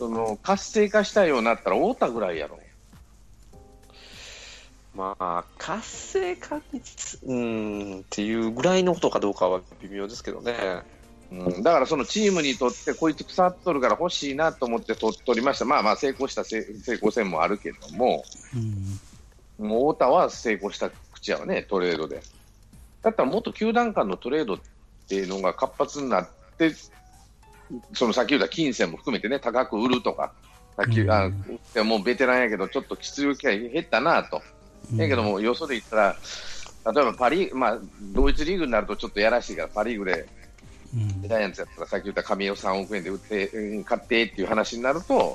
その活性化したようになったら太田ぐらいやろ。 まあ、活性化っていうぐらいのことかどうかは微妙ですけどね。 だからそのチームにとってこいつ腐っとるから欲しいなと思って取りました。まあまあ成功戦もあるけども、もう太田は成功した口やわね、トレードで。だったらもっと球団間のトレードっていうのが活発になって、そのさっき言った金銭も含めてね、高く売るとか、もうベテランやけどちょっと出場機会減ったなと。だけどもよそで言ったら、例えば同一リーグになるとちょっとやらしいから、パ・リーグでジャイアンツやったらさっき言った神尾3億円で売って買ってっていう話になると、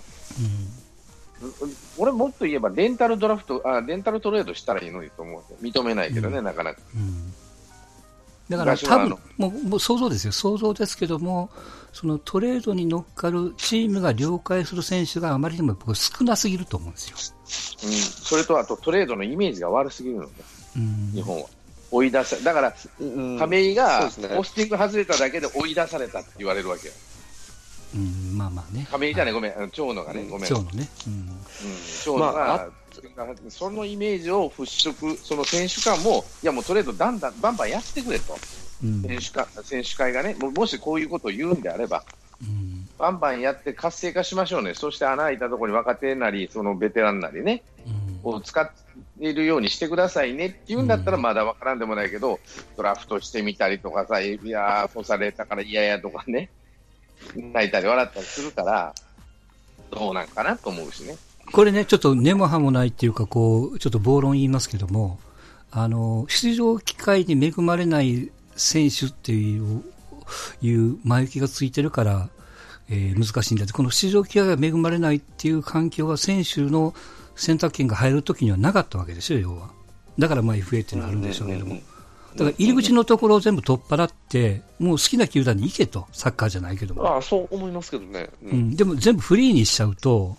俺もっと言えばレンタルトレードしたらいいのにと思う。認めないけどね、なかなか。 だから多分もう想像ですよ、想像ですけども、そのトレードに乗っかるチームが了解する選手があまりにも少なすぎると思うんですよ。 それとあとトレードのイメージが悪すぎるのね、日本は。追い出さだから亀井がポスティング外れただけで追い出されたって言われるわけよ。 まあまあね。 亀井じゃね、ごめん、長野がね、ごめん。 長野ね。 長野が、そのイメージを払拭、その選手間も、いやもうトレードバンバンやってくれと。選手会がね、もしこういうことを言うんであれば、バンバンやって活性化しましょうね。そして穴開いたところに若手なり、そのベテランなりね、を使えるようにしてくださいねって言うんだったらまだ分からんでもないけど、ドラフトしてみたりとかさ、いやー、干されたから嫌やとかね、泣いたり笑ったりするから、どうなんかなと思うしね。 これね、ちょっと根も葉もないっていうか、こう、ちょっと暴論言いますけども、出場機会に恵まれない選手っていう前置きがついてるから、難しいんだって、この出場機会が恵まれないっていう環境は選手の選択権が入るときにはなかったわけですよ、要は。だからまあ FA っていうのはあるんでしょうけども。だから入り口のところを全部取っ払って、もう好きな球団に行けと、サッカーじゃないけども。 そう思いますけどね。 でも全部フリーにしちゃうと、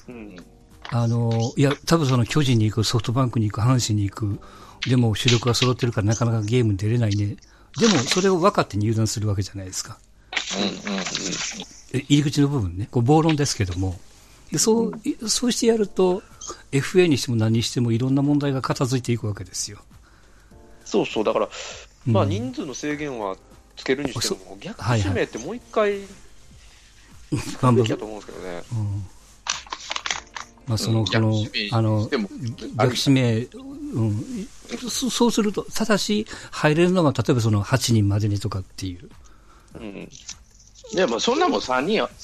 いや、多分その巨人に行く、ソフトバンクに行く、阪神に行く、でも主力が揃ってるからなかなかゲームに出れないね。でもそれを分かって入団するわけじゃないですか。入り口の部分ね、こう暴論ですけども。でそうしてやると、FA にしても何にしてもいろんな問題が片付いていくわけですよ。 そうそう、だから、まあ人数の制限はつけるにしても、逆指名ってもう一回、使うべきだと思うんですけどね。まあ、 逆指名、そうすると、ただし、入れるのは、例えばその8人までにとかっていう。 でも、そんなもん3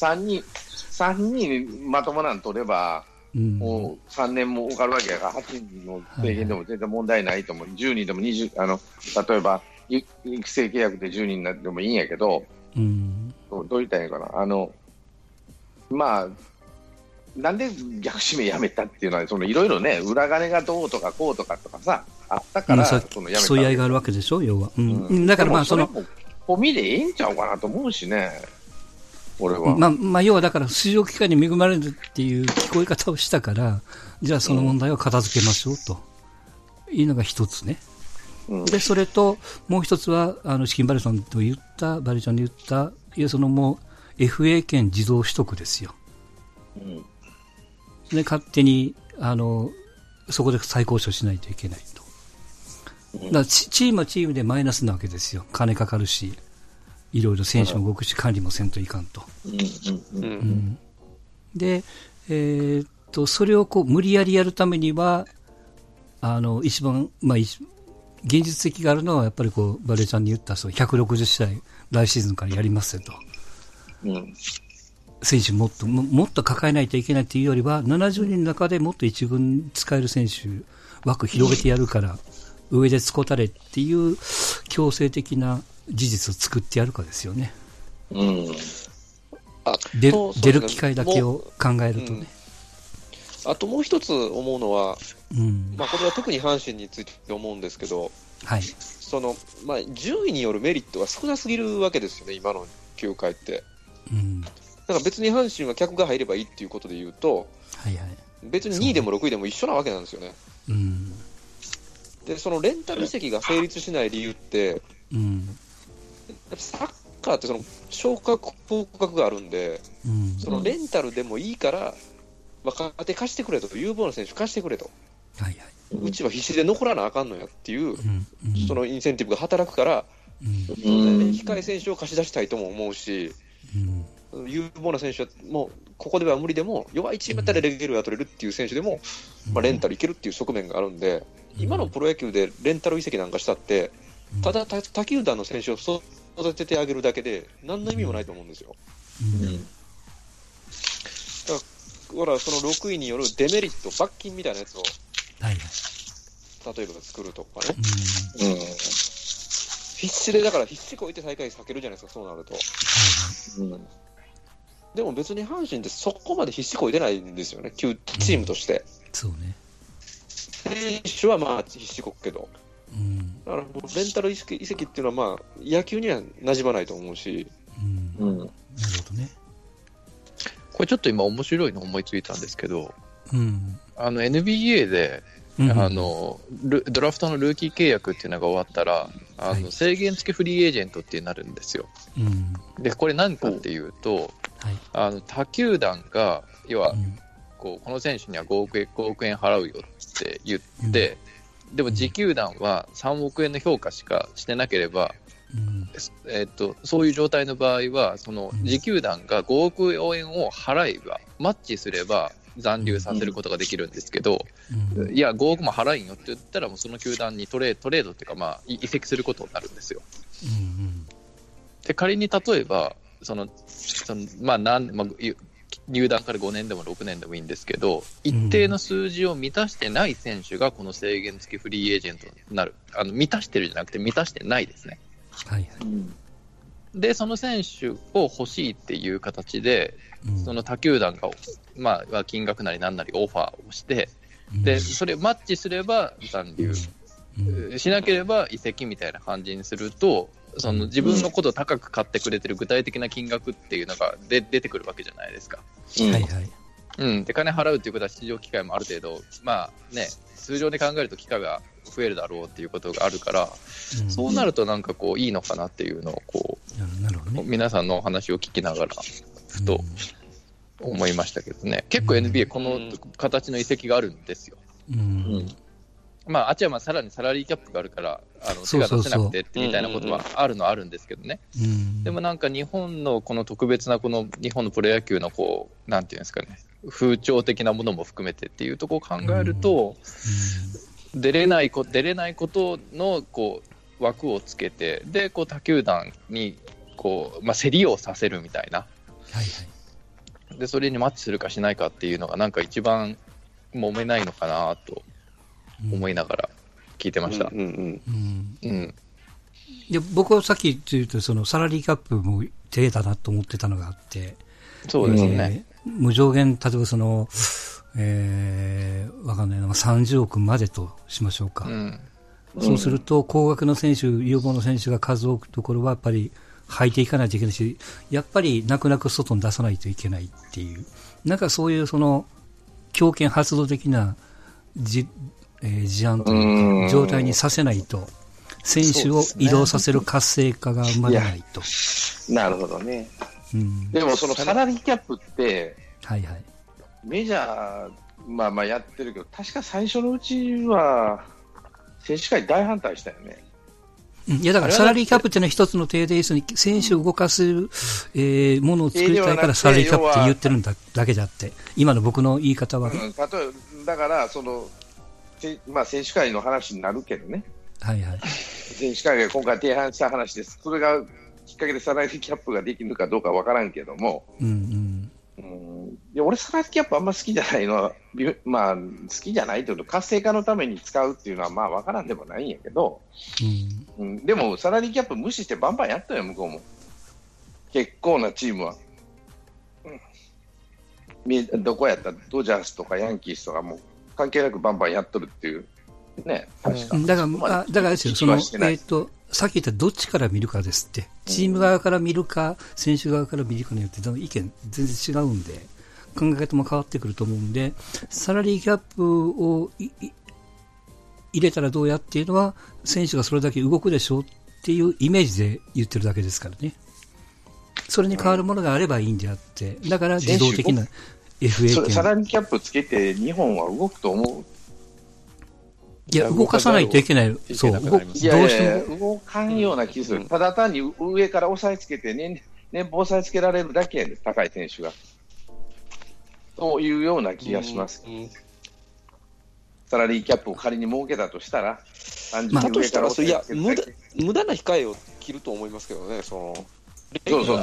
人まともなん取れば、もう3年もかかるわけやから、8人の制限でも全然問題ないと思う。10人でも20、例えば、育成契約で10人でもいいんやけど、どう言ったらいいかな。まあ、なんで逆指名やめたっていうのは、いろいろね、裏金がどうとかこうとかさ、あったから、 競い合いがあるわけでしょ、要は。だからまあ、 それも込みでええんちゃうかなと思うしね、俺は。 まあ、要はだから、出場機会に恵まれるっていう聞こえ方をしたから、じゃあその問題を片付けましょうというのが一つね。で、それと、もう一つは、資金バリちゃんと言った、いや、そのもう、FA 権自動取得ですよ。で、勝手に、そこで再交渉しないといけないと。だからチームはチームでマイナスなわけですよ。金かかるし、いろいろ選手も動くし、管理もせんといかんと。で、それをこう、無理やりやるためには、一番、まあ、現実的があるのは、やっぱりこう、バレちゃんに言った、そう、160試合、来シーズンからやりますよと。選手もっと抱えないといけないというよりは、70人の中でもっと一軍使える選手、枠広げてやるから、上で使たれっていう強制的な事実を作ってやるかですよね。出る機会だけを考えるとね。 あともう一つ思うのは、まあ、これは特に阪神について思うんですけど、まあ、順位によるメリットが少なすぎるわけですよね、今の球界って。だから別に阪神は客が入ればいいっていうことで言うと、別に2位でも6位でも一緒なわけなんですよね。で、そのレンタル移籍が成立しない理由って、サッカーってその昇格降格があるんで、そのレンタルでもいいから若手貸してくれと、有望な選手貸してくれと、はいはい、うちは必死で残らなあかんのやっていう、そのインセンティブが働くから、控え選手を貸し出したいとも思うし、有望な選手はもうここでは無理でも弱いチームだったらレギュラー取れるっていう選手でも、レンタルいけるっていう側面があるんで、今のプロ野球でレンタル移籍なんかしたってただ他球団の選手を育ててあげるだけで何の意味もないと思うんですよ。だからその6位によるデメリット、罰金みたいなやつを、例えば作るとかね、必死で、だから必死こいて最下位避けるじゃないですか、そうなると。でも別に阪神ってそこまで必死こいてないんですよね、チームとして。 そうね。 選手はまあ必死こくけど、だからもうレンタル移籍っていうのはまあ野球には馴染まないと思うし、 なるほどね。 これちょっと今面白いの思いついたんですけど、NBA でドラフトのルーキー契約っていうのが終わったら、制限付きフリーエージェントってなるんですよ。でこれ何かっていうと、他球団が要は、この選手には5億円払うよって言って、でも自球団は3億円の評価しかしてなければ、そういう状態の場合はその自球団が5億円を払えばマッチすれば残留させることができるんですけど、いや5億も払うんよって言ったらもうその球団にトレードっていうか、まあ、移籍することになるんですよ。で仮に例えば入団から5年でも6年でもいいんですけど、一定の数字を満たしてない選手がこの制限付きフリーエージェントになる。満たしてるじゃなくて満たしてないですね。でその選手を欲しいっていう形で、その他球団が、金額なり何なりオファーをして、でそれマッチすれば残留、しなければ移籍みたいな感じにすると、その自分のことを高く買ってくれてる具体的な金額っていうのが出てくるわけじゃないですか。で金払うっていうことは市場機会もある程度、通常で考えると機会が増えるだろうっていうことがあるから、そうなるとなんかいいのかなっていうのを皆さんのお話を聞きながらふと思いましたけどね。結構 NBA この形の移籍があるんですよ。あっちはさらにサラリーキャップがあるから手が出せなくてってみたいなことはあるんですけどね。でもなんか日本のこの特別なこの日本のプロ野球のなんていうんですかね、風潮的なものも含めてっていうところを考えると、出れないことの枠をつけて、で他球団に競りをさせるみたいな、でそれにマッチするかしないかっていうのがなんか一番揉めないのかなと思いながら聞いてました。 で僕はさっき言ったそのサラリーキャップも手だなと思ってたのがあって、 そうですね。 無上限、例えばそのわかんないな、30億までとしましょうか。そうすると高額の選手、有望な選手が数多くところはやっぱり履いていかないといけないし、やっぱり泣く泣く外に出さないといけないっていう、なんかそういうその強権発動的な事案というか状態にさせないと、選手を移動させる活性化が生まれないと。 なるほどね。でもそのサラリーキャップって、メジャーやってるけど、確か最初のうちは選手会大反対したよね。 いやだからサラリーキャップっていうのは一つの定で、選手を動かす、ものを作りたいからサラリーキャップって言ってるんだけであって、今の僕の言い方は、 例えばだからその選手会の話になるけどね。選手会が今回提案した話です。それがきっかけでサラリーキャップができるかどうかわからんけども、俺サラリーキャップあんま好きじゃないのは、好きじゃないというと活性化のために使うっていうのはわからんでもないんやけど、でもサラリーキャップ無視してバンバンやったよ、向こうも。結構なチームは、どこやったらドジャースとかヤンキースとかも関係なくバンバンやっとるっていうね。確かだからですよ、そのさっき言ったどっちから見るかですって、チーム側から見るか選手側から見るかによって意見全然違うんで、考え方も変わってくると思うんで、サラリーキャップを入れたらどうやっていうのは、選手がそれだけ動くでしょうっていうイメージで言ってるだけですからね。 それに変わるものがあればいいんであって、だから自動的な FA 権。 サラリーキャップつけて日本は動くと思う？ いや、動かさないといけない。そう。どうしても。動かんような気する。ただ単に上から押さえつけて、年俸押さえつけられるだけやで、高い選手が。というような気がします。サラリーキャップを仮に設けたとしたら、 だとしたら、いや、無駄な控えを切ると思いますけどね、そう、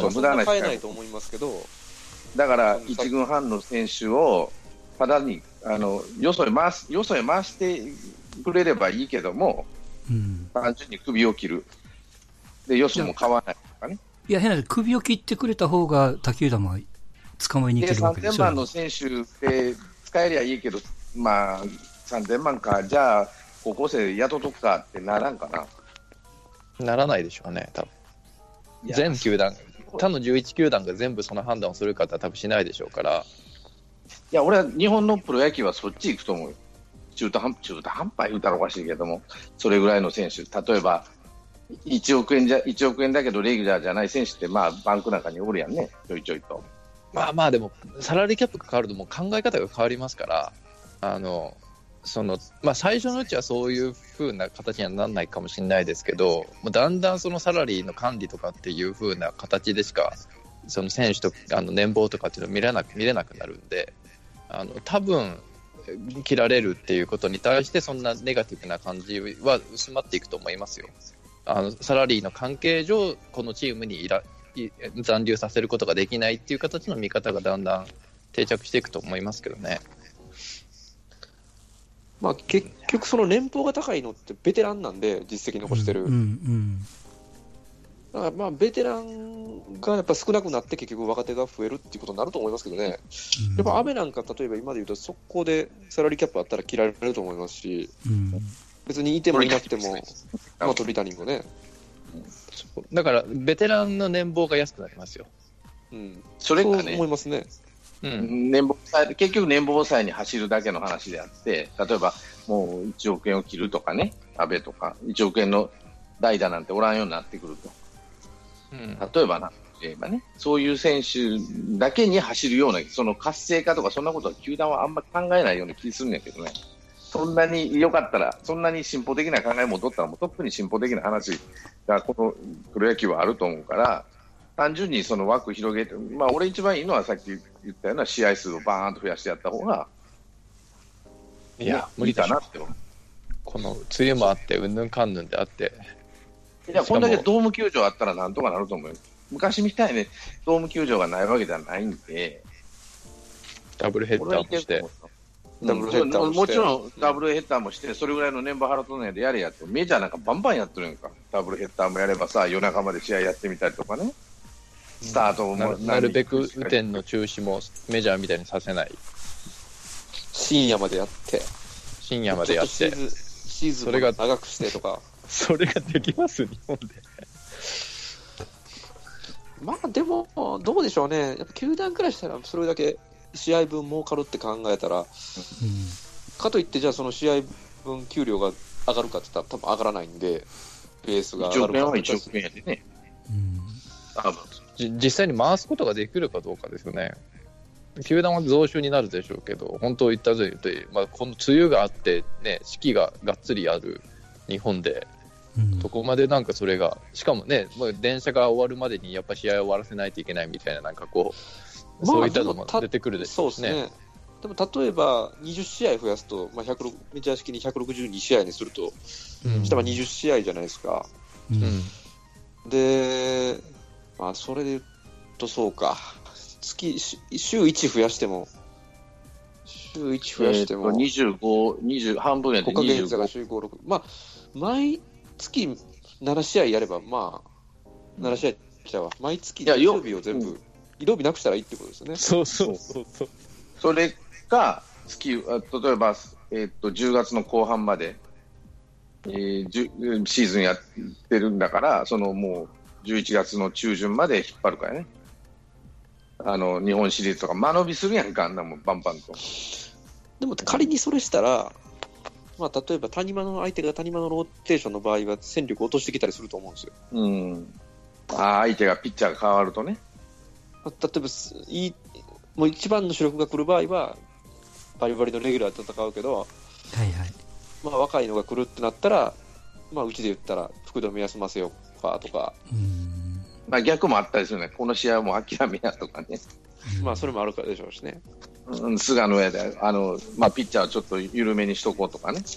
無駄な控えないと思いますけど。 だから、一軍半の選手を、ただに、よそへ回してくれればいいけども、単純に首を切る。で、よそも買わないとかね。 いや、変な話、首を切ってくれた方が、他球団は捕まえに行けるわけでしょ。 3000万の選手で使えりゃいいけど、まあ、3000万か、じゃあ、高校生雇っとくかってならんかな。 ならないでしょうね、多分。全球団、他の11球団が全部その判断をするかって多分しないでしょうから。 いや、俺は日本のプロ野球はそっち行くと思うよ。中途半端言うたらおかしいけども、それぐらいの選手、例えば1億円だけどレギュラーじゃない選手って、まあ、バンクなんかにおるやんね、ちょいちょいと。 まあまあ、でも、サラリーキャップが変わると、もう考え方が変わりますから、最初のうちはそういう風な形にはならないかもしれないですけど、もうだんだんそのサラリーの管理とかっていう風な形でしか、その選手と年俸とかっていうのを見れなくなるんで、多分切られるっていうことに対してそんなネガティブな感じは薄まっていくと思いますよ。サラリーの関係上このチームに残留させることができないっていう形の見方がだんだん定着していくと思いますけどね。 まあ、結局その年俸が高いのってベテランなんで、実績残してる、だからまあベテランがやっぱ少なくなって結局若手が増えるっていうことになると思いますけどね。やっぱ阿部なんか例えば今で言うと速攻でサラリーキャップあったら切られると思いますし、別にいてもいなくても、まあ、鳥谷もね。 だからベテランの年俸が安くなりますよ。 それがね、 そう思いますね。 結局年俸抑えに走るだけの話であって、例えばもう1億円を切るとかね、阿部とか1億円の代打なんておらんようになってくると、例えばね、そういう選手だけに走るような、その活性化とかそんなことは球団はあんまり考えないような気するんだけどね。そんなに良かったら、そんなに進歩的な考えを戻ったら、もうトップに進歩的な話がこのプロ野球はあると思うから、単純にその枠広げて、まあ、俺一番いいのはさっき言ったような試合数をバーンと増やしてやった方がいや無理かなって思う。この梅雨もあってうんぬんかんぬんであって、 いやこんだけドーム球場あったらなんとかなると思うよ。昔みたいにドーム球場がないわけじゃないんで、 ダブルヘッダーもして、 もちろんダブルヘッダーもして、それぐらいの年俸払っとんのやでやれやって、メジャーなんかバンバンやってるんか。ダブルヘッダーもやればさ、夜中まで試合やってみたりとかね、スタートもなるべく雨天の中止もメジャーみたいにさせない、 深夜までやって、 シーズンも長くしてとか、 それができます日本で。 まあでもどうでしょうね。やっぱ球団からしたらそれだけ試合分儲かるって考えたら、かといってじゃあその試合分給料が上がるかって言ったら多分上がらないんで、ベースが上がるかって 1億円やでね。 実際に回すことができるかどうかですよね。球団は増収になるでしょうけど、本当言ったとおり、この梅雨があってね、四季ががっつりある日本で、どこまでなんかそれが、しかもね、もう電車が終わるまでにやっぱ試合を終わらせないといけないみたいな、なんかこう、そういったのも出てくるでしょうしね。 そうですね。でも例えば20試合増やすと、メジャー式に162試合にすると、したら20試合じゃないですか。で、まあ、それで言うとそうか、週1増やしても、 20半分やで 5ヶ月が週5、6、まあ、毎月7試合やれば、まあ、7試合じゃあ、毎月日曜日を全部、移動日なくしたらいいってことですよね。 そう。 それが例えば、10月の後半まで、シーズンやってるんだから、そのもう11月の中旬まで引っ張るからね。日本シリーズとか間延びするやんか、あんなもんバンバンと。 でも仮にそれしたら、まあ、例えば相手が谷間のローテーションの場合は戦力を落としてきたりすると思うんですよ。 相手がピッチャーが変わるとね。 例えばもう一番の主力が来る場合はバリバリのレギュラーで戦うけど、 はいはい、 まあ、若いのが来るってなったら、まあ、うちで言ったら福留休ませようかとか、 まあ、逆もあったりするね、この試合はもう諦めやとかね、 まあ、それもあるからでしょうしね、 菅野やでまあ、ピッチャーはちょっと緩めにしとこうとかね、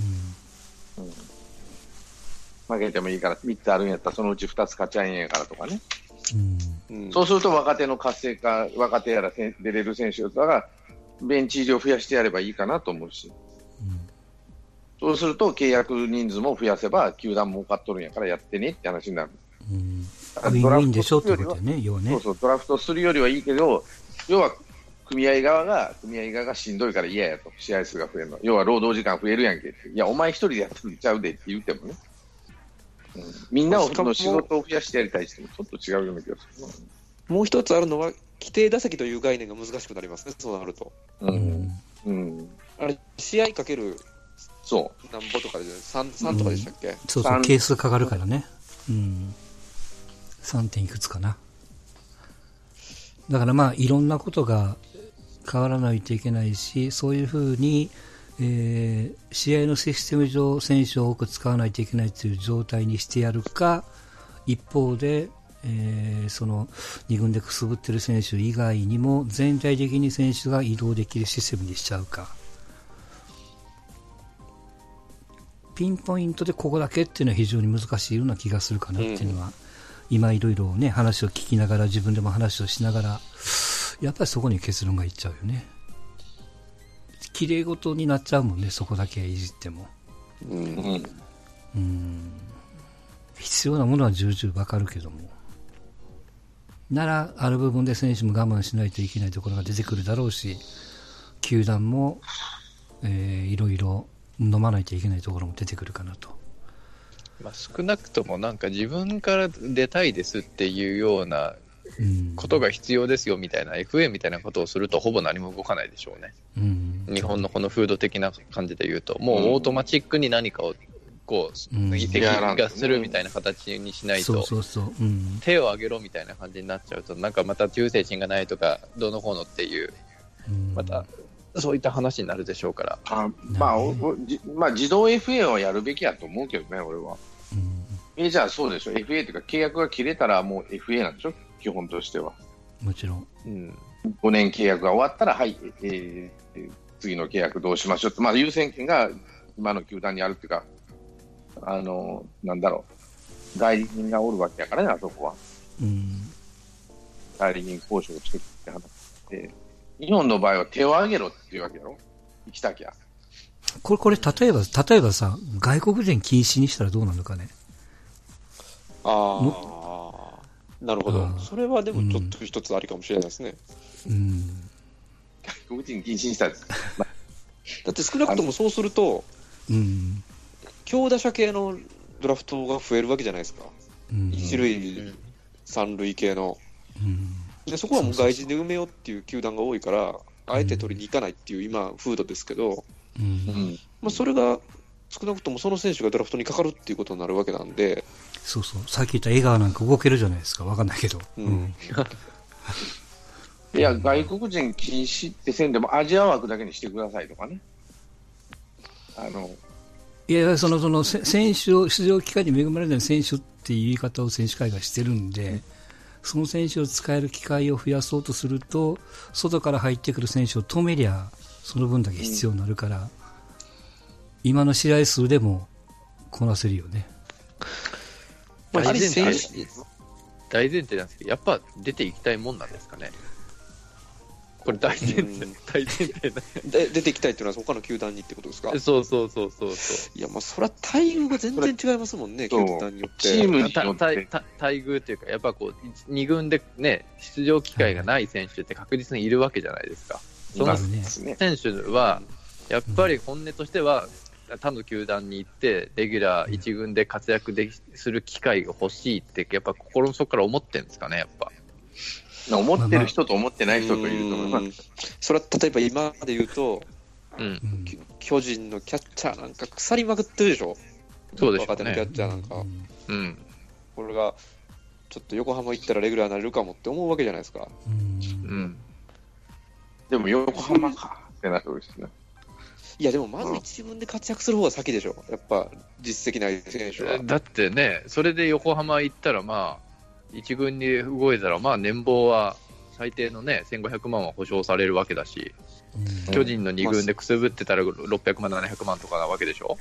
負けてもいいから3つあるんやったらそのうち2つ勝ちゃいんやからとかね、そうすると若手の活性化、若手やら出れる選手だったらベンチ入りを増やしてやればいいかなと思うし、そうすると契約人数も増やせば球団も儲かっとるんやからやってねって話になる。 ドラフトするよりはね、要はね。そうそう、 ドラフトするよりはいいけど、要は組合側がしんどいから嫌やと、試合数が増えるの。要は労働時間増えるやんけって。いや、お前一人でやってるんちゃうでって言ってもね。みんなの仕事を増やしてやりたいってもちょっと違うような気がする。 もう一つあるのは、規定打席という概念が難しくなりますね、そうなると。あれ、試合かける何歩とかで、3とかでしたっけ？ そうそう、係数かかるからね。3点いくつかな。だからまあ、いろんなことが変わらないといけないし、そういうふうに、試合のシステム上、選手を多く使わないといけないという状態にしてやるか、一方で、その2軍でくすぶってる選手以外にも全体的に選手が移動できるシステムにしちゃうか、ピンポイントでここだけっていうのは非常に難しいような気がするかなっていうのは、今いろいろね話を聞きながら自分でも話をしながらやっぱりそこに結論がいっちゃうよね。綺麗事になっちゃうもんね、そこだけいじっても。必要なものは重々わかるけども、ならある部分で選手も我慢しないといけないところが出てくるだろうし、球団も、いろいろ飲まないといけないところも出てくるかなと。 まあ、少なくともなんか自分から出たいですっていうようなことが必要ですよみたいな、FA みたいなことをするとほぼ何も動かないでしょうね。日本のこの風土的な感じで言うと、もうオートマチックに何かをこう移籍がするみたいな形にしないと、手を挙げろみたいな感じになっちゃうと、なんかまた忠誠心がないとかどうのこうのっていう、またそういった話になるでしょうから。 まあ自動 FA はやるべきやと思うけどね、俺は。じゃあそうでしょ、 FA というか契約が切れたらもう FA なんでしょ、基本としては。 もちろん。 5年契約が終わったら、はい、次の契約どうしましょうって、まあ、優先権が今の球団にあるっていうか、なんだろう、代理人がおるわけやからね、あそこは。代理人交渉をしてって話で、日本の場合は手を挙げろっていうわけやろ、行きたきゃ。 これ例えばさ、外国人禁止にしたらどうなるかね。 なるほど。それはでもちょっと一つありかもしれないですね。 外国人禁止にしたら、 だって少なくともそうすると、強打者系のドラフトが増えるわけじゃないですか。一塁、三塁系の。でそこはもう外人で埋めようっていう球団が多いから、あえて取りに行かないっていう今、風土ですけど、まあ、それが少なくともその選手がドラフトにかかるっていうことになるわけなんで。 そうそう、さっき言った江川なんか動けるじゃないですか、わかんないけど。 いや、外国人禁止ってせんでもアジア枠だけにしてくださいとかね。 いや、その選手を出場機会に恵まれない選手っていう言い方を選手会がしてるんで、その選手を使える機会を増やそうとすると、外から入ってくる選手を止めりゃその分だけ必要になるから、今の試合数でもこなせるよね。 大前提なんですけど、やっぱ出ていきたいもんなんですかね。これ大前提出ていきたいっていうのは他の球団にってことですか。 そういや、まあそれは待遇が全然違いますもんね、球団によって。 チームによって待遇というか、やっぱこう2軍でね出場機会がない選手って確実にいるわけじゃないですか。その選手はやっぱり本音としては他の球団に行ってレギュラー1軍で活躍する機会が欲しいってやっぱ心の底から思ってるんですかね。やっぱ思ってる人と思ってない人といると思います。 それは例えば今で言うと、巨人のキャッチャーなんか腐りまくってるでしょ。 そうでしょうね。 若手のキャッチャーなんか、これがちょっと横浜行ったらレギュラーになれるかもって思うわけじゃないですか。 でも横浜かってなってるですね。 いやでもまず一軍で活躍する方が先でしょ、やっぱ実績ない選手は。 だってね、それで横浜行ったら、まあ、一軍に動いたら、まあ、年俸は最低のね、1500万は保証されるわけだし、巨人の2軍でくすぶってたら600万、700万とかなわけでしょ。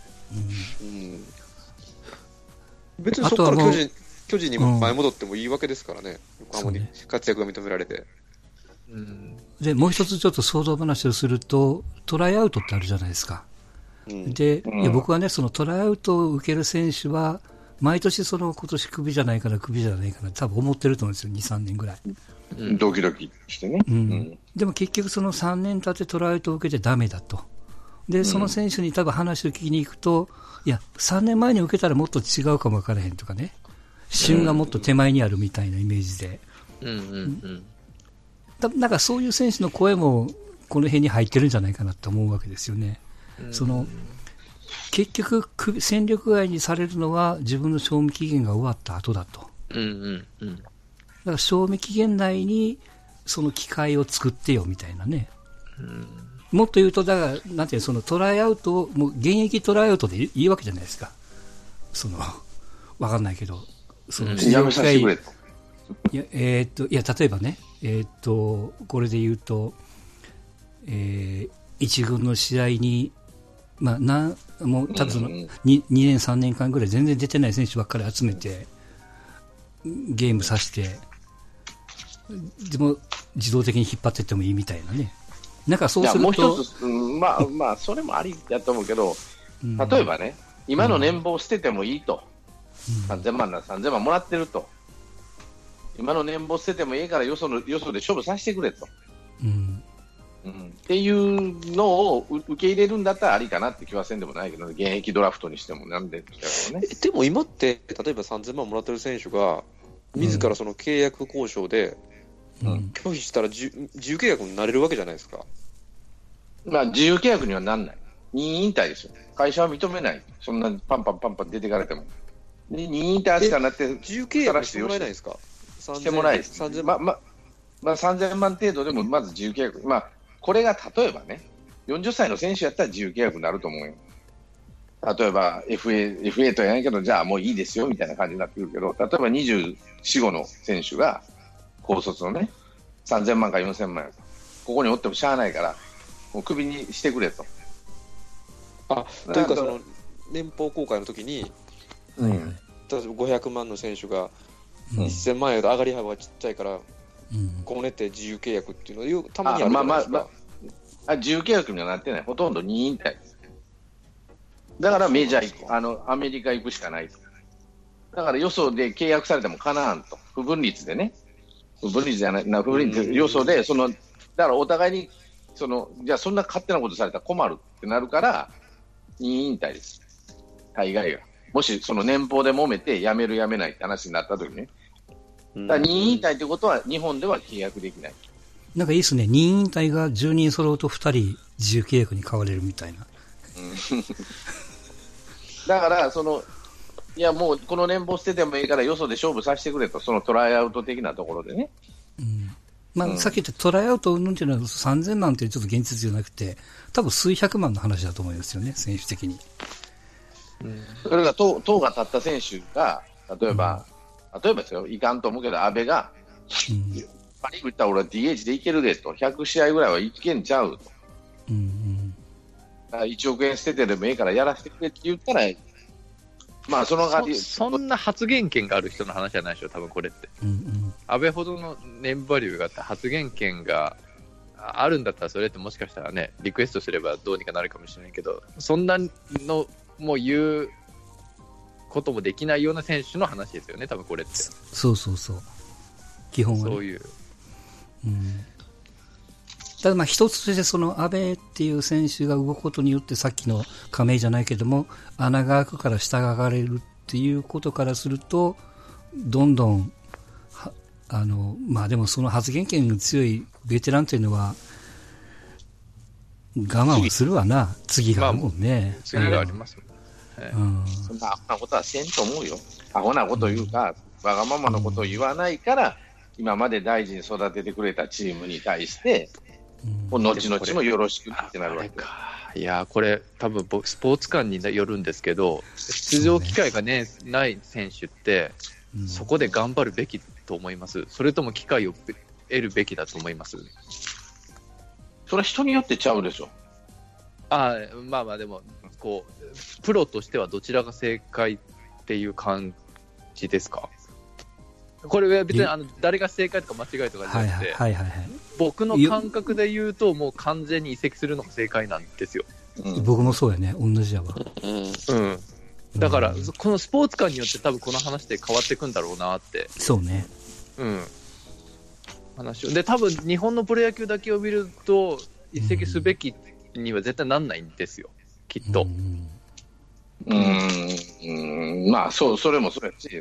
別にそこから巨人に前戻ってもいいわけですからね、横浜に活躍が認められて。 で、もう一つちょっと想像話をすると、トライアウトってあるじゃないですか。で、いや僕はね、そのトライアウトを受ける選手は、毎年今年クビじゃないかな多分思ってると思うんですよ、2、3年ぐらい。 ドキドキしてね。 でも結局その3年経ってトライアウトを受けてダメだと。で、その選手に多分話を聞きに行くと、いや、3年前に受けたらもっと違うかもわからへんとかね。旬がもっと手前にあるみたいなイメージで。なんかそういう選手の声もこの辺に入ってるんじゃないかなと思うわけですよね。結局戦力外にされるのは自分の賞味期限が終わった後だと。だから賞味期限内にその機会を作ってよみたいなね。もっと言うと、だから、なんていうそのトライアウトを、もう現役トライアウトでいいわけじゃないですか。わかんないけど、 やめさせてくれと。 いや、例えばね、これで言うと、一軍の試合に、まあ、もう、多分2年、3年間ぐらい全然出てない選手ばっかり集めて、ゲームさせて、でも、自動的に引っ張っていってもいいみたいなね。なんかそうすると。 もう一つ、まあ、それもありだと思うけど、例えばね、今の年俸を捨ててもいいと。3000万なら3000万もらってると。今の年俸捨ててもいいからよそで勝負させてくれと。っていうのを受け入れるんだったらありかなって気はせんでもないけど、現役ドラフトにしてもなんでね。 でも今って、例えば3000万もらってる選手が、自らその契約交渉で、拒否したら自由契約になれるわけじゃないですか。 まあ、自由契約にはなんない。任意引退ですよ。会社は認めない。そんなパンパン出ていかれても。任意引退扱いになって、 自由契約してもらえないですか。 してもらえないです。3000万程度でもまず自由契約。まあ、これが例えばね、40歳の選手やったら自由契約になると思うよ。例えば FA とやないけど、じゃあもういいですよみたいな感じになってくるけど、例えば24、5の選手が、高卒のね、3000万か4000万やと。ここにおってもしゃあないから、もうクビにしてくれと。 というか、その年俸公開の時に、例えば500万の選手が1000万円で上がり幅がちっちゃいから、こうねって自由契約っていうのをたまにあるじゃないですか。 自由契約にはなってない。ほとんど任意引退です。だからメジャー行く、アメリカ行くしかないと。だからよそで契約されてもかなわんと。不分率でね。不分率じゃない、不分率よそで、だからお互いに、じゃあそんな勝手なことされたら困るってなるから、任意引退です。大概が。もしその年俸で揉めて辞める辞めないって話になった時にね。だから任意引退ってことは日本では契約できない。 なんかいいですね。任意引退が10人揃うと2人自由契約に変われるみたいな。 だから、いやもうこの年俸捨ててもいいからよそで勝負させてくれと、そのトライアウト的なところでね。 さっき言ったトライアウトをうんっていうのは3000万ってちょっと現実じゃなくて、多分数百万の話だと思いますよね、選手的に。 それが党が立った選手が、例えばですよ、いかんと思うけど、安倍が、パ・リーグ行ったら俺は DH でいけるでと、100試合ぐらいはいけんちゃうと。1億円捨ててでもいいからやらせてくれって言ったら、まあそんな発言権がある人の話じゃないでしょ、多分これって。安倍ほどの年バリューがあって発言権があるんだったら、それってもしかしたらね、リクエストすればどうにかなるかもしれないけど、そんなのもう言うこともできないような選手の話ですよね、多分これって。 そう基本は、ね、 そういう。 ただ一つとしてその安倍っていう選手が動くことによって、さっきの亀井じゃないけども穴が開くから下が上がれるっていうことからすると、どんどんでもその発言権が強いベテランというのは我慢をするわな。次があるもんね。 次がありますもんね。 そんなアホなことはせんと思うよ。アホなこと言うか、 わがままのことを言わないから、今まで大事に育ててくれたチームに対して、後々もよろしくってなるわけか。 いやこれ、多分スポーツ観によるんですけど、出場機会が、ね、ない選手って、そこで頑張るべきと思います、それとも機会を得るべきだと思います？ それは人によってちゃうでしょ。 まあまあ、でもこう、プロとしてはどちらが正解っていう感じですか？これは別に誰が正解とか間違いとかじゃなくて、僕の感覚で言うと、もう完全に移籍するのが正解なんですよ。 僕もそうやね、同じだわ。 だから、このスポーツ観によって多分この話で変わっていくんだろうなって。 そうね。 話を。で、多分日本のプロ野球だけを見ると、移籍すべきには絶対なんないんですよ、きっと。 まあ、それもそうやし。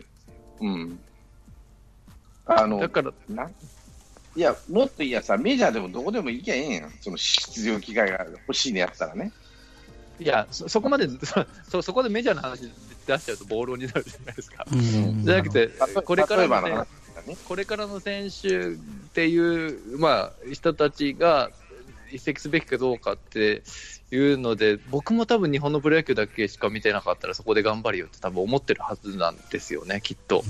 だからいや、もっといやさ、メジャーでもどこでも行きゃええんやん、その出場機会が欲しいのやったらね。 いや、そこまでそこでメジャーの話出しちゃうと暴論になるじゃないですか。じゃなくて、これからの選手っていう、人たちが移籍すべきかどうかっていうので、僕も多分日本のプロ野球だけしか見てなかったら、そこで頑張るよって多分思ってるはずなんですよね、きっと。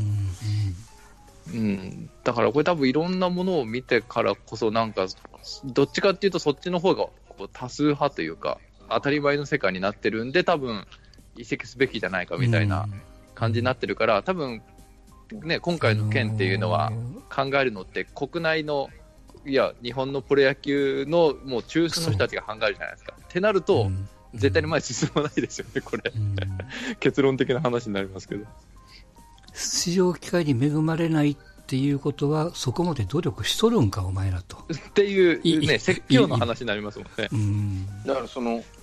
だからこれ多分いろんなものを見てからこそ、なんかどっちかっていうとそっちの方がこう多数派というか当たり前の世界になってるんで、多分移籍すべきじゃないかみたいな感じになってるから、多分ね、今回の件っていうのは考えるのって国内の、いや日本のプロ野球のもう中枢の人たちが考えるじゃないですか。ってなると絶対に前に進まないですよね、これ結論的な話になりますけど。 出場機会に恵まれないっていうことは、そこまで努力しとるんかお前らとっていうね、説教の話になりますもんね。 だから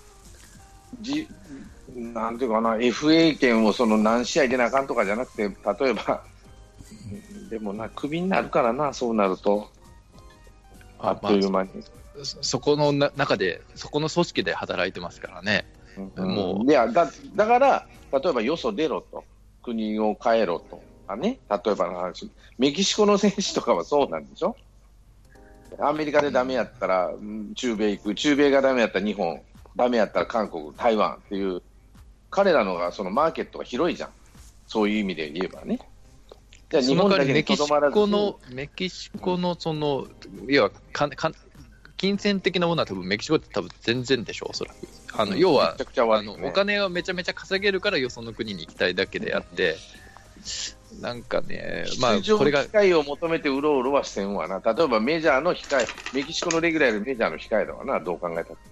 なんていうかな、FA 権を何試合でなあかんとかじゃなくて、例えばでもな、クビになるからな、そうなるとあっという間に、 そこの中で、そこの組織で働いてますからね。もういやだから例えばよそ出ろと、国を変えろとかね、例えばの話、メキシコの選手とかはそうなんでしょ。アメリカでダメやったら中米行く、中米がダメやったら日本、ダメやったら韓国、台湾っていう、彼らのがそのマーケットが広いじゃん、そういう意味で言えばね。じゃあ日本だけにとどまらず、 メキシコのその要は金銭的なものは多分メキシコって多分全然でしょ、おそらく。要はお金をめちゃめちゃ稼げるからよその国に行きたいだけであって、なんかね、 これが機会を求めてうろうろはせんわな。例えばメジャーの控え、メキシコのレギュラーよりメジャーの控えだわな、どう考えたら。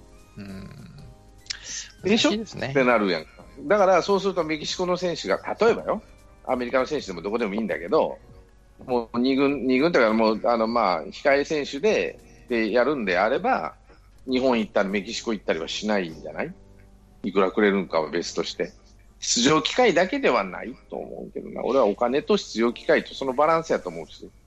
でしょってなるやんか。だからそうするとメキシコの選手が、例えばよ、アメリカの選手でもどこでもいいんだけど、もう2軍というか、もう控え選手でやるんであれば、日本行ったりメキシコ行ったりはしないんじゃない？いくらくれるのかは別として、出場機会だけではないと思うけどな。俺はお金と出場機会とそのバランスやと思うし。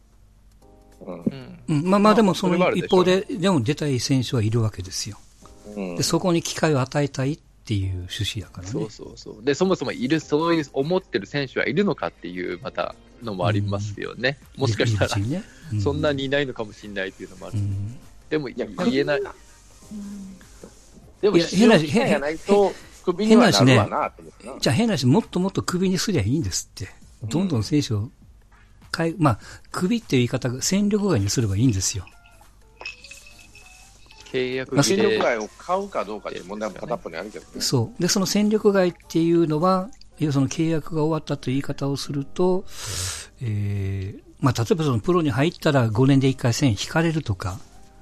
でもその一方で、でも出たい選手はいるわけですよ。でそこに機会を与えたいっていう趣旨だからね。 そうで、そもそもそういう思ってる選手はいるのかっていうまたのもありますよね。もしかしたら、そんなにいないのかもしれないっていうのもある。でも言えない。 でも変な話やないとクビにはなるわなと思ってな。 じゃあ変な話、もっともっとクビにすりゃいいんですって。どんどん選手をクビっていう言い方が戦力外にすればいいんですよ。 契約戦力外を買うかどうかっていう問題も片っぽにあるけどね。 そうで、その戦力外っていうのは、その契約が終わったという言い方をすると、例えばそのプロに入ったら5年で1回1000引かれるとか、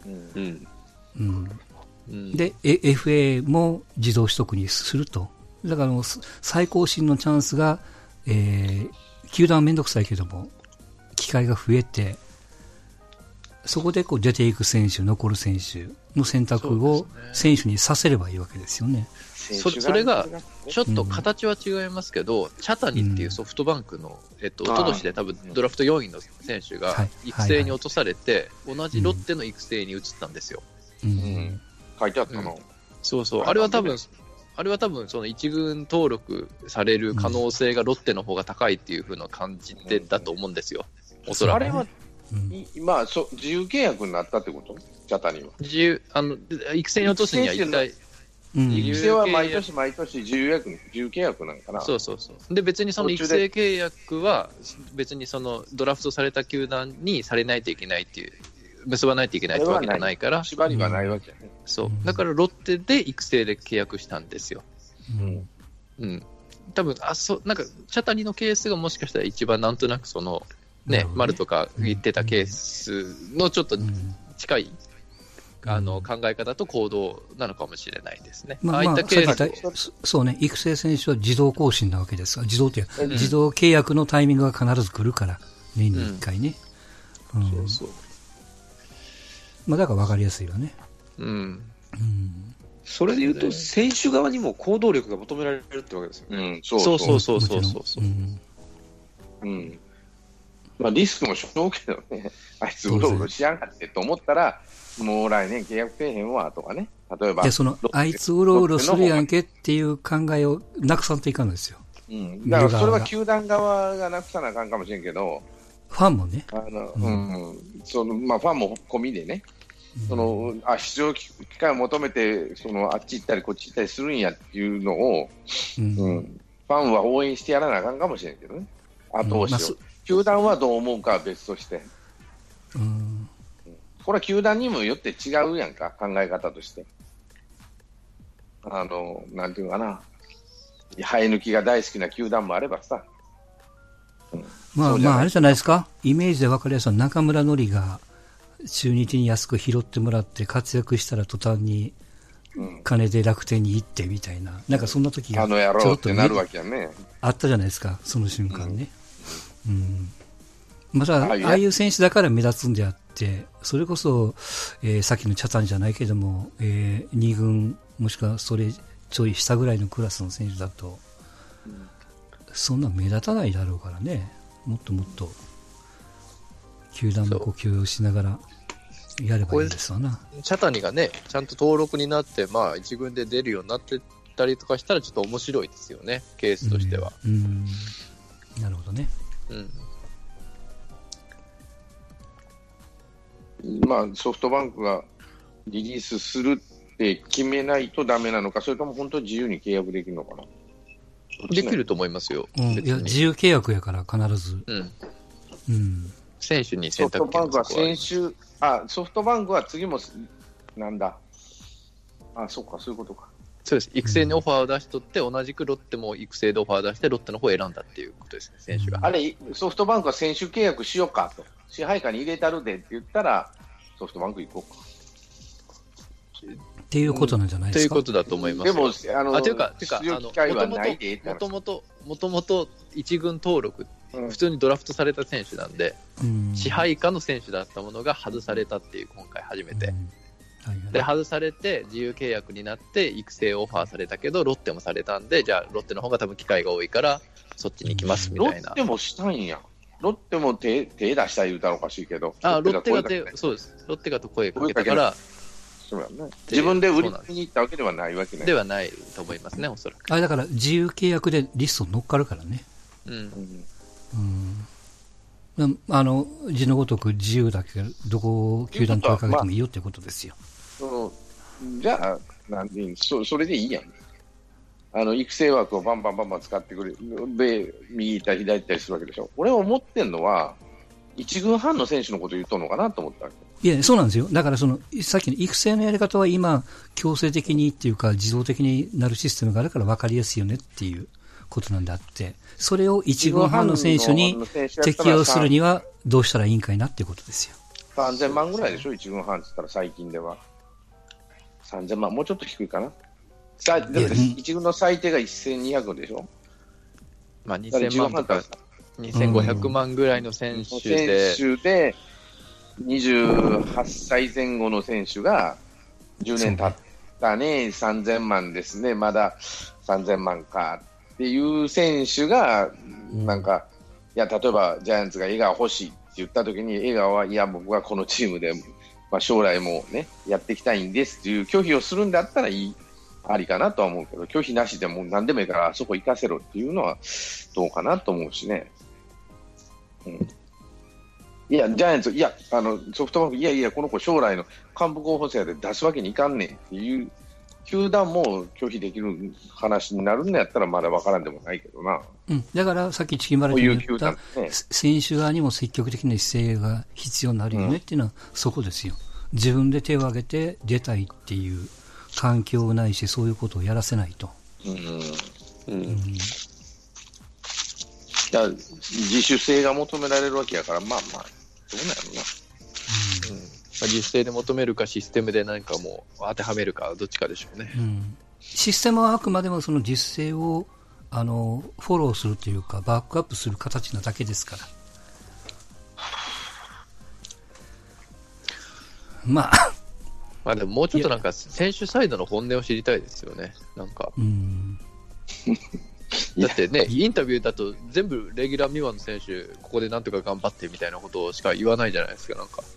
で FA も自動取得にすると。だから最高審のチャンスが、球団はめんどくさいけども機会が増えて、そこで出ていく選手、残る選手の選択を選手にさせればいいわけですよね。 それがちょっと形は違いますけど、茶谷っていうソフトバンクの、一昨年で多分ドラフト4位の選手が育成に落とされて、同じロッテの育成に移ったんですよ。 書いてあったの。 そうあれは多分あれは多分その一軍登録される可能性がロッテの方が高いっていう風な感じでだと思うんですよ、おそらく。 あれは、今、自由契約になったってこと？茶谷は。 育成に落とすには一体、 育成は毎年毎年自由契約なんかな。 そうそうそう。で、別にその育成契約は、別にそのドラフトされた球団にされないといけないっていう、結ばないといけないってわけじゃないから。 縛りはないわけやね。 そう。だからロッテで育成で契約したんですよ。多分なんか、茶谷のケースがもしかしたら一番なんとなくその、丸とか言ってたケースのちょっと近い、考え方と行動なのかもしれないですね。ああいったケース。 そうね、育成選手は自動更新なわけですが、自動契約のタイミングが必ず来るから、年に1回ね。 そうそう。 だから分かりやすいわね。 それでいうと、選手側にも行動力が求められるってわけですよね。 そうそうそうそう。 リスクもしょうけどね、あいつうろうろしやがってと思ったら、もう来年契約せえへんわとかね、例えば。 あいつうろうろするやんけっていう考えをなくさんといかんのですよ。 だからそれは球団側がなくさなあかんかもしれんけど、 ファンもね。 ファンも込みでね、出場機会を求めて、あっち行ったりこっち行ったりするんやっていうのを、ファンは応援してやらなあかんかもしれんけどね、後押しを。球団はどう思うかは別として。これは球団にもよって違うやんか、考え方として。なんていうかな、生え抜きが大好きな球団もあればさ。 あれじゃないですか、イメージで分かりやすいのは中村紀が中日に安く拾ってもらって活躍したら途端に金で楽天に行ってみたいな、なんかそんな時がちょっとなるわけやね。 あったじゃないですか、その瞬間ね。ああいう選手だから目立つんであって、それこそ、さっきの茶谷じゃないけども、2軍もしくはそれちょい下ぐらいのクラスの選手だと、そんな目立たないだろうからね、もっともっと球団も休養しながらやればいいんですわな。 茶谷がね、ちゃんと登録になって、一軍で出るようになってたりとかしたら、ちょっと面白いですよね、ケースとしては。 なるほどね。 ソフトバンクがリリースするって決めないとダメなのか、それとも本当に自由に契約できるのかな。 できると思いますよ。 いや、自由契約やから必ず。 選手に選択権ソフトバンクは次もなんだ。そうか、そういうことか。 そうです。育成にオファーを出しとって、同じくロッテも育成でオファーを出して、ロッテの方を選んだっていうことですね、選手が。 ソフトバンクは選手契約しようかと、支配下に入れたるでって言ったら、ソフトバンク行こうか。 っていうことなんじゃないですか。 ということだと思います。 でも、 というか、もともと一軍登録、普通にドラフトされた選手なんで、支配下の選手だったものが外されたっていう、今回初めて。で外されて自由契約になって育成オファーされたけどロッテもされたんで、じゃあロッテの方が多分機会が多いからそっちに行きますみたいな。 ロッテもしたんや。ロッテも手出したい言うたらおかしいけど、 ロッテがそうです。ロッテが声かけたからそうやね、自分で売りに行ったわけではないわけね。 ではないと思いますね、おそらく。 だから自由契約でリストに乗っかるからね。字のごとく自由だけど、どこ球団に声かけてもいいよっていうことですよ。 じゃあ、それでいいやん。育成枠をバンバン使ってくれで、右行ったり左行ったりするわけでしょ。俺は思ってんのは、一軍半の選手のことを言っとんのかなと思ったわけ。 いや、そうなんですよ。だからさっきの育成のやり方は今、強制的にっていうか、自動的になるシステムがあるから分かりやすいよねっていうことなんであって、それを一軍半の選手に適用するにはどうしたらいいんかいなっていうことですよ。 3000万ぐらいでしょ、一軍半って言ったら最近では。3000万、もうちょっと低いかな。一軍の最低が1200でしょ。 2000万とか2500万ぐらいの選手で、 28歳前後の選手が10年経ったね、3000万ですね、まだ3000万かっていう選手が、なんか、例えばジャイアンツが江川欲しいって言ったときに、江川は、いや、僕はこのチームで、将来もね、やっていきたいんですっていう拒否をするんだったらいいありかなとは思うけど、拒否なしでも何でもいいからあそこ行かせろっていうのはどうかなと思うしね。いや、ジャイアンツ、いや、ソフトバンク、いやいや、この子将来の幹部候補生で出すわけにいかんねんっていう球団も拒否できる話になるんやったらまだ分からんでもないけどな。 だからさっきチキンバレーで言った、選手側にも積極的な姿勢が必要になるよねっていうのはそこですよ。自分で手を挙げて出たいっていう環境ないし、そういうことをやらせないと。 だ自主性が求められるわけやから、まあまあ、どうなるな。 自主性で求めるか、システムで何かもう当てはめるか、どっちかでしょうね。 システムはあくまでもその自主性をフォローするというか、バックアップする形なだけですから。まあでももうちょっとなんか選手サイドの本音を知りたいですよね。なんか。だってね、インタビューだと全部レギュラー未満の選手、ここでなんとか頑張ってみたいなことしか言わないじゃないですか、なんか。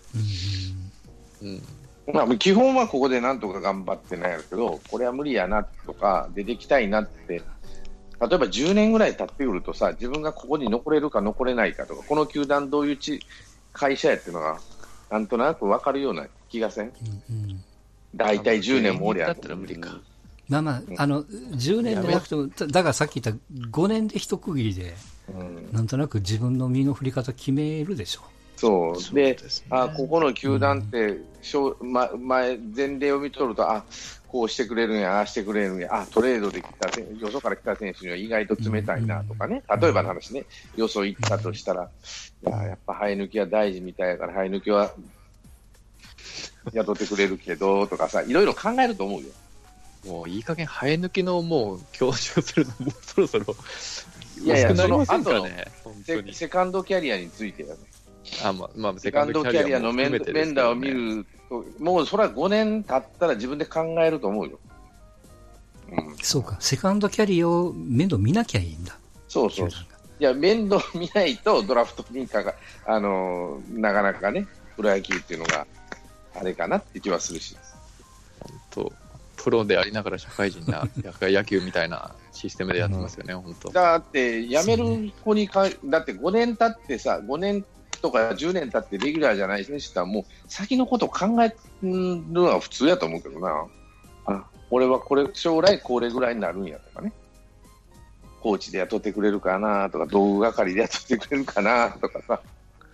まあ、基本はここでなんとか頑張ってないけど、これは無理やなとか、出てきたいなって、例えば10年ぐらい経ってくるとさ、自分がここに残れるか残れないかとか、この球団どういう会社やっていうのが、なんとなく分かるような気がせん。大体10年もおりゃ。だったら無理か。 まあまあ、10年でなくても、だからさっき言った5年で一区切りで、なんとなく自分の身の振り方決めるでしょ。 そうで、ここの球団って、前例を見とると、こうしてくれるんや、ああしてくれるんや、トレードで来たよそから来た選手には意外と冷たいなとかね、例えばの話ね、よそ行ったとしたら、やっぱ生え抜きは大事みたいだから、生え抜きは雇ってくれるけどとかさ、いろいろ考えると思うよ。 もういい加減生え抜きのもう強調するのもそろそろいやいや、その後のセカンドキャリアについてはね。セカンドキャリアの面倒を見ると、もうそれは5年経ったら自分で考えると思うよ。 そうか、セカンドキャリアを面倒見なきゃいいんだ。 そう。いや、面倒見ないとドラフトになかなかね、プロ野球っていうのがあれかなって気はするし。 本当。プロでありながら社会人な野球みたいなシステムでやってますよね、本当。だって辞める子にだって5年経ってさ、5年とか10年経ってレギュラーじゃない選手はもう先のことを考えるのは普通やと思うけどな。俺は将来これぐらいになるんやとかね。コーチで雇ってくれるかなとか、道具係で雇ってくれるかなとかさ。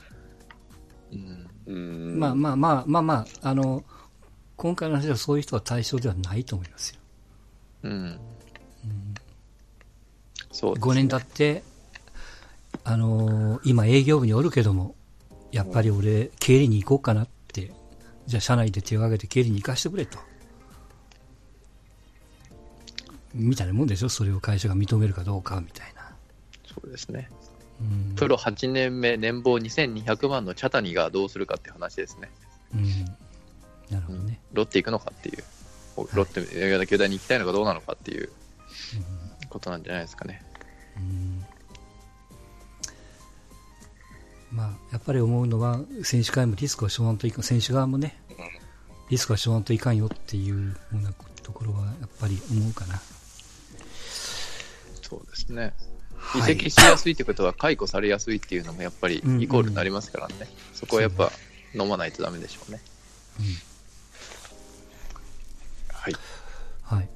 今回の話はそういう人は対象ではないと思いますよ。そうですね、5年経って、今営業部におるけども、やっぱり俺、経理に行こうかなって、じゃあ社内で手を挙げて経理に行かしてくれと。みたいなもんでしょ、それを会社が認めるかどうかみたいな。 そうですね。プロ8年目、年俸2200万の茶谷がどうするかっていう話ですね。 なるほどね。 ロッテ行くのかっていう、ロッテの球団に行きたいのかどうなのかっていうことなんじゃないですかね。 やっぱり思うのは、選手会もリスクはしょわんといかん、選手側もね、リスクはしょわんといかんよっていうようなところはやっぱり思うかな。 そうですね。移籍しやすいってことは解雇されやすいっていうのもやっぱりイコールになりますからね。そこはやっぱ飲まないとダメでしょうね。 はい。